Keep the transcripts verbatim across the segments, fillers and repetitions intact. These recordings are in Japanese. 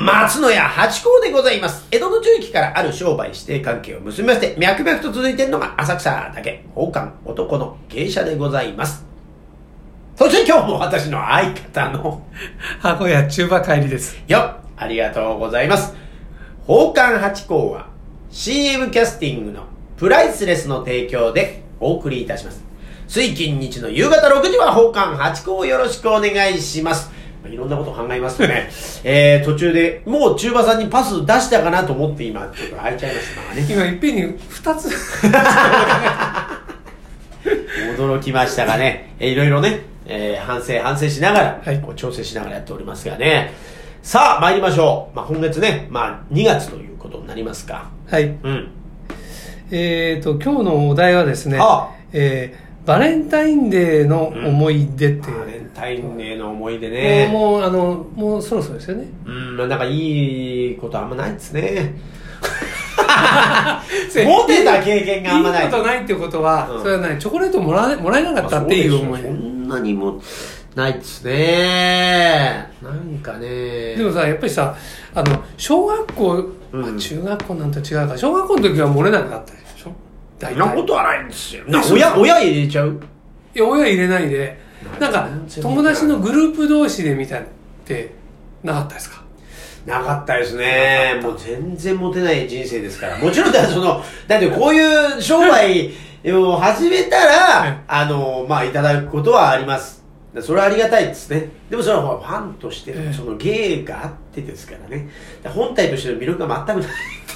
松野屋八甲でございます。江戸の中期からある商売指定関係を結びまして、脈々と続いているのが浅草だけ、宝冠男の芸者でございます。そして今日も私の相方の、 箱屋中馬帰りです。 よっ、ありがとうございます。宝冠八甲は シーエム キャスティングのプライスレスの提供でお送りいたします。水金日の夕方ろくじは宝冠八甲をよろしくお願いします。いろんなこと考えますとね、えー、途中でもう中馬さんにパス出したかなと思って今ちょっと開いちゃいましたね。 今いっぺんにふたつ驚きましたがね、えー、いろいろね、えー、反省反省しながら、 はい、 こう調整しながらやっておりますがね。さあ参りましょう。まあ、今月ね、まあ、にがつということになりますか。 はい、うん、えーと今日のお題はですね、ああえーバレンタインデーの思い出って、うん、 バレンタインデーの思い出ね。 もう、もうあのもうそろそろですよね。 うん、なんかいいことあんまないですね。モテた経験があんまない。 いいことないってことは、うん、それはないチョコレートもらえもらえなかったっていう思い。 そんなにもないですね。なんかね。 でもさ、やっぱりさ、あの小学校、うんまあ、中学校なんと違うから、小学校の時は漏れなかったでしょ。 そんなことはないんですよ。な親、親入れちゃう？ いや、親入れないで、なんか、友達のグループ同士で見たってなかったですか？ なかったですね。もう全然モテない人生ですから。もちろん、その、だってこういう商売を始めたら、あの、まあ、いただくことはあります。それはありがたいですね。でもそれはファンとして、その芸があってですからね。本体としての魅力が全くない。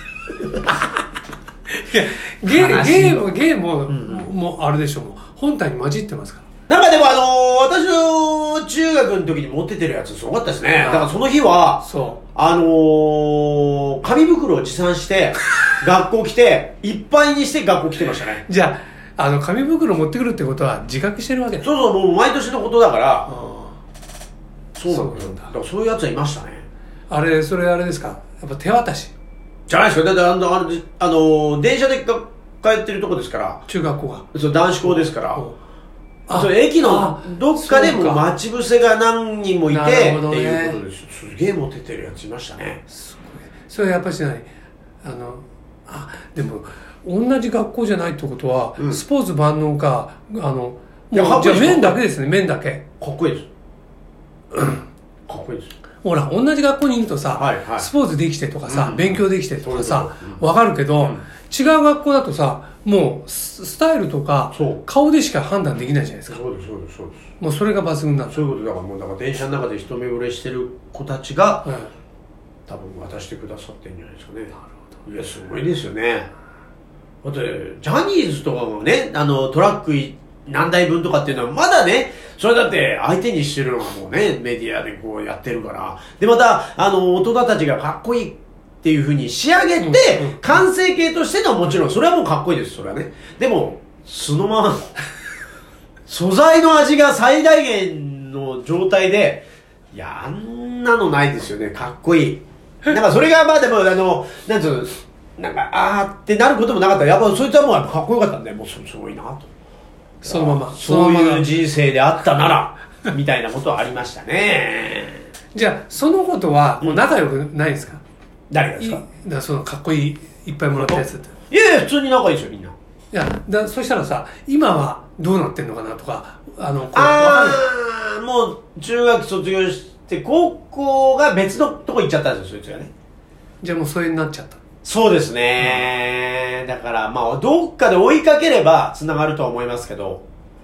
いや、ゲー、ゲーム、ゲームも、うん、もうあれでしょう、もう本体に混じってますから。 なんかでもあのー、私の中学の時に持っててるやつすごかったですね。だからその日は、そう。あのー、紙袋を持参して、学校来て、いっぱいにして学校来てましたね。 じゃあ、あの、紙袋持ってくるってことは自覚してるわけだ。 そうそう、もう毎年のことだから、そうなんだよ。だからそういうやつはいましたね。 あれ、それあれですか？やっぱ手渡しじゃないですか。だってあの、あの、あの電車でか帰ってるとこですから。 中学校が。 そう、男子校ですから。あそう駅のどっかでも待ち伏せが何人もいて、っていうことです。すげえモテてるやついましたね。 すごい。それはやっぱしない。あの、あ、でも、同じ学校じゃないってことは、うん、スポーツ万能か、あの、もうじゃあ面だけですね、面だけ。 かっこいいです。かっこいいです。 ほら、同じ学校にいるとさ、はいはい、スポーツできてとかさ、うん、勉強できてとかさ、わ、うん、かるけど、うん、違う学校だとさ、もうスタイルとか顔でしか判断できないじゃないですか。 そうです、そうです、そうです。 もうそれが抜群なんだ。 そういうことだから、もうだから電車の中で一目惚れしてる子たちが、うん、多分渡してくださってるんじゃないですかね。なるほど。いや、すごいですよね。だって、ジャニーズとかもね、あの、トラック何台分とかっていうのはまだね、それだって相手にしてるのがもうね、メディアでこうやってるから。で、また、あの、大人たちがかっこいいっていう風に仕上げて、うんうん、完成形としてのもちろん、それはもうかっこいいです、それはね。でも、そのまま、素材の味が最大限の状態で、いや、あんなのないですよね、かっこいい。なんかそれがまあでも、あの、なんつうの、なんか、あーってなることもなかったら、やっぱそいつはもうやっぱかっこよかったんで、もうすごいなと。 そのままそういう人生であったならみたいなことはありましたね。 じゃあそのことはもう仲良くないですか？うん、 誰がですか？ いだそのかっこいいいっぱいもらったやつって。 いやいや普通に仲いいですよみんな。いやだそしたらさ今はどうなってんのかなとかあのこうああもう中学卒業して高校が別のとこ行っちゃったんですよそいつがね。 じゃあもうそれになっちゃった。 そうですね、うん、だからまあどっかで追いかければつながるとは思いますけど、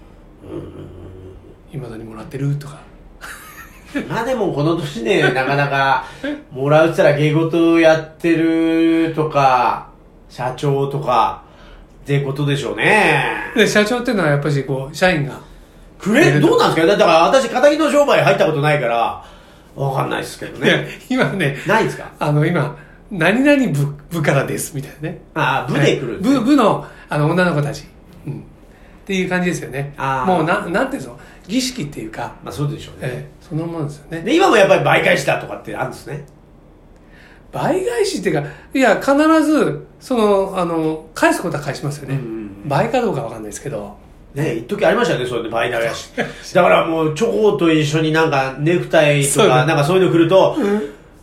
いまだにもらってるとかまあでもこの年でなかなかもらうって言ったら芸事やってるとか社長とかってことでしょうね。 で社長っていうのはやっぱりこう社員がくれどうなんですか？だから私敵の商売入ったことないからわかんないですけどね。 今ねないですか？ あの今何々 部, 部からですみたいなね。 ああ部で来る、 ね、部部のあの女の子たち、うん、っていう感じですよね。あもうななんていうの儀式っていうか。 まあそうでしょうね。えー、そのものですよね。 で今もやっぱり倍返しだとかってあるんですね。 倍返しっていうかいや必ずそのあの返すことは返しますよね。うんうん、倍かどうかわかんないですけど。 ね一時ありましたよねそれで倍返し。だからもうチョコと一緒になんかネクタイとかなんかそういうの来ると。うん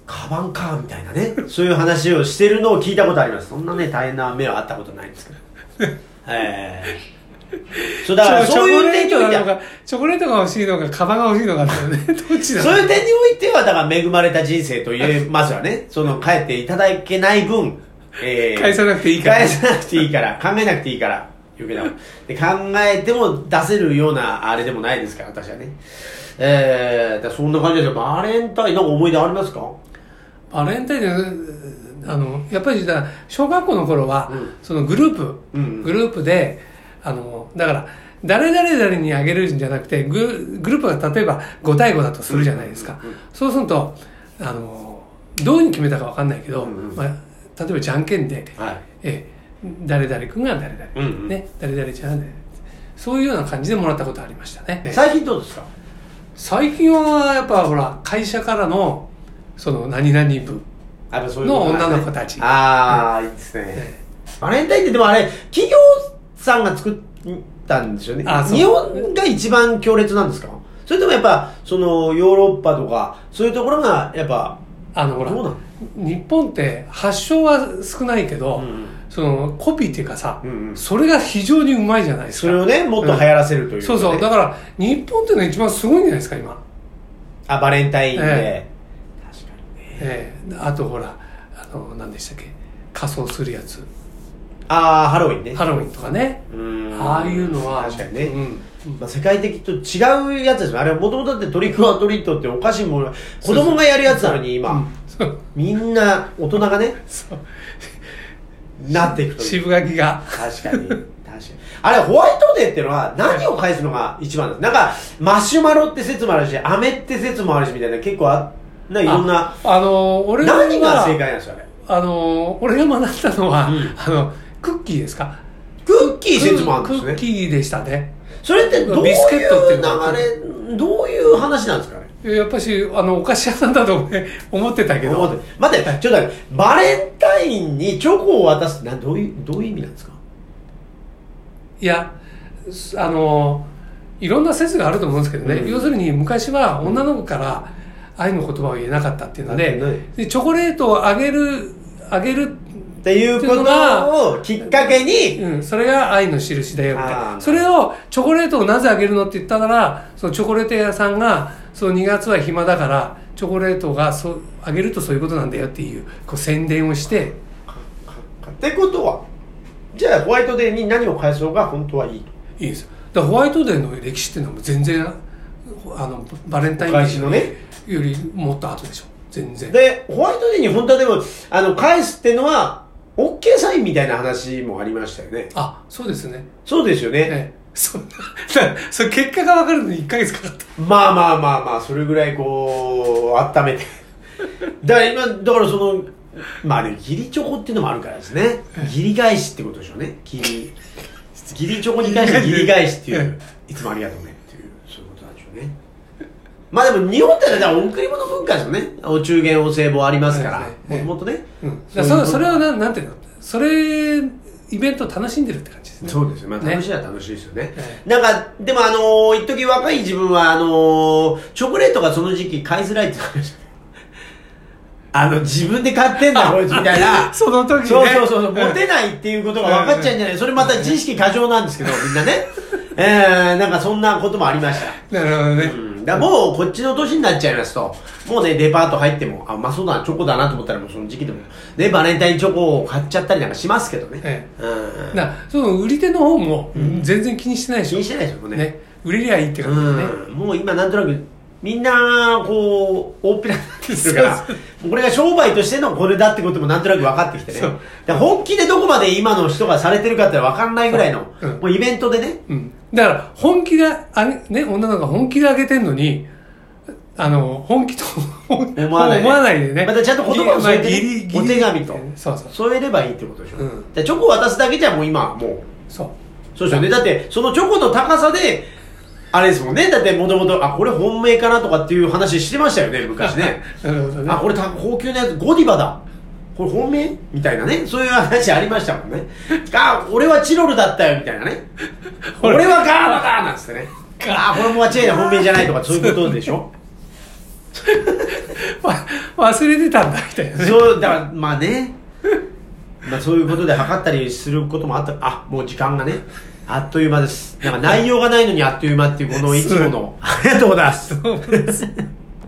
カバンかみたいなねそういう話をしてるのを聞いたことあります。そんなね大変な目はあったことないんですけどええー、そうだからそういう点においてはチョコレートが欲しいのかカバンが欲しいのかってねどっちだそういう点においてはだから恵まれた人生と言えますよねその帰っていただけない分、 えー、返さなくていいから返さなくていいから考えなくていいから余計なで考えても出せるようなあれでもないですから私はねえー、だそんな感じですよ。バレンタインなんか思い出ありますか？ バレンタインあのやっぱりだ小学校の頃は、うん、そのグループ、うんうん、グループであのだから誰々誰にあげるんじゃなくてググループが例えばご対ごだとするじゃないですか、うんうんうん、そうするとあのどういうに決めたか分かんないけど、うんうんまあ、例えばじゃんけんで、はいえ誰々君が誰々、うんうんね、誰々ちゃんがそういうような感じでもらったことありましたね。 最近どうですか？ 最近はやっぱほら会社からのその何々部の女の子たち、 ああ、いいですね。バレンタインってでもあれ企業さんが作ったんですよね。日本が一番強烈なんですか？それともやっぱそのヨーロッパとかそういうところがやっぱあのほら日本って発祥は少ないけど、うん、そのコピーっていうかさ、うんうん、それが非常にうまいじゃないですか。 それをねもっと流行らせるという、ねうん、 そうそうだから日本っていうのが一番すごいんじゃないですか今。 あバレンタインで、 えー、確かにね、えー、あとほらあの何でしたっけ仮装するやつああハロウィンねハロウィンとかねうんああいうのは確かにね、うんまあ、世界的と違うやつですよ。あれはもともとだってトリックオアトリートっておかしいもの子供がやるやつなのに今そうそうみんな大人がねそうなっていくと渋柿が確かに確かにあれホワイトデーっていうのは何を返すのが一番ですなんかマシュマロって説もあるし飴って説もあるしみたいな結構あないろんな あ,、あのー、俺は何が正解なんですかね。 あのー、俺が学んだのは、うん、あのクッキーですか。 クッキー説もあるんですね。 クッキーでしたね。 それってどういう流れどういう話なんですかね。 やっぱしあのお菓子屋さんだと思ってたけど待って待ってちょっと待ってバレンタインにチョコを渡すってどういうどういう意味なんですか。 いやあのいろんな説があると思うんですけどね、うん、要するに昔は女の子から愛の言葉を言えなかったっていうので、うん、でチョコレートをあげるあげるっていうことをきっかけに、 うん、それが愛の印だよみたいな。それをチョコレートをなぜあげるのって言ったならそのチョコレート屋さんがそのにがつは暇だからチョコレートがそうあげるとそういうことなんだよっていう、こう宣伝をしてってことはじゃあホワイトデーに何を返すのが本当はいいと。 いいです。だからホワイトデーの歴史っていうのは全然あのバレンタインデーの、ね、よりもっと後でしょ全然。 でホワイトデーに本当はでもあの返すっていうのはオッケーサインみたいな話もありましたよね。 あ、そうですね。 そうですよね。 ええ、そんなそれ結果が分かるのにいっかげつかかった。 まあまあまあまあそれぐらいこう温めてだから今だからそのまあね義理チョコっていうのもあるからですね。義理返しってことでしょうね。義理義理チョコに対して義理返しっていういつもありがとうねっていうそういうことなんでしょうね。まあでも日本ってのは贈り物文化ですよね。お中元お歳暮ありますから、もともとね、 うん、そ, そ, それを な, なんていうのそれイベントを楽しんでるって感じですね。 そうですよ、まあ、楽しいは楽しいですよね。ねなんかでもあのー、一時若い自分はあのー、チョコレートがその時期買いづらいって言ってました。あの自分で買ってんだこいつみたいなその時ねそうそうそう持てないっていうことが分かっちゃうんじゃないそれまた自意識過剰なんですけどみんなねえー、なんかそんなこともありました。 なるほどね、 うんだもうこっちの年になっちゃいますともうねデパート入ってもあまあそうだなチョコだなと思ったらもうその時期でもねバレンタインチョコを買っちゃったりなんかしますけどね、ええうん、だその売り手の方も全然気にしてないでしょ、 うん、気にしてないですよね。 ね売れりゃいいって感じでね、 うん、もう今なんとなくみんなこう大っぴらになってるからこれが商売としてのこれだってこともなんとなく分かってきてねで本気でどこまで今の人がされてるかって分かんないぐらいの、うん、もうイベントでね、 うん、だから本気であげ、ね、女の子が本気であげてんのにあの本気と思わない、ね、思わないでねまたちゃんと言葉を添えて、 ね、 お手紙とそうそう添えればいいってことでしょ、うん、でチョコを渡すだけじゃもう今もうそうそうですよね。だってそのチョコの高さであれですもんね。だってもともとあこれ本命かなとかっていう話してましたよね昔ねなるほどね。あこれ高級なやつゴディバだこれ本命みたいなねそういう話ありましたもんねあ俺はチロルだったよみたいなね俺はガーバだなんつってねあこれも間違いない本命じゃないとかそういうことでしょ忘れてたんだみたいなね。 そうだからまあねまあそういうことで測ったりすることもあった。あ、もう時間がねあっという間です。なんか内容がないのにあっという間っていうこのいつものありがとうございます。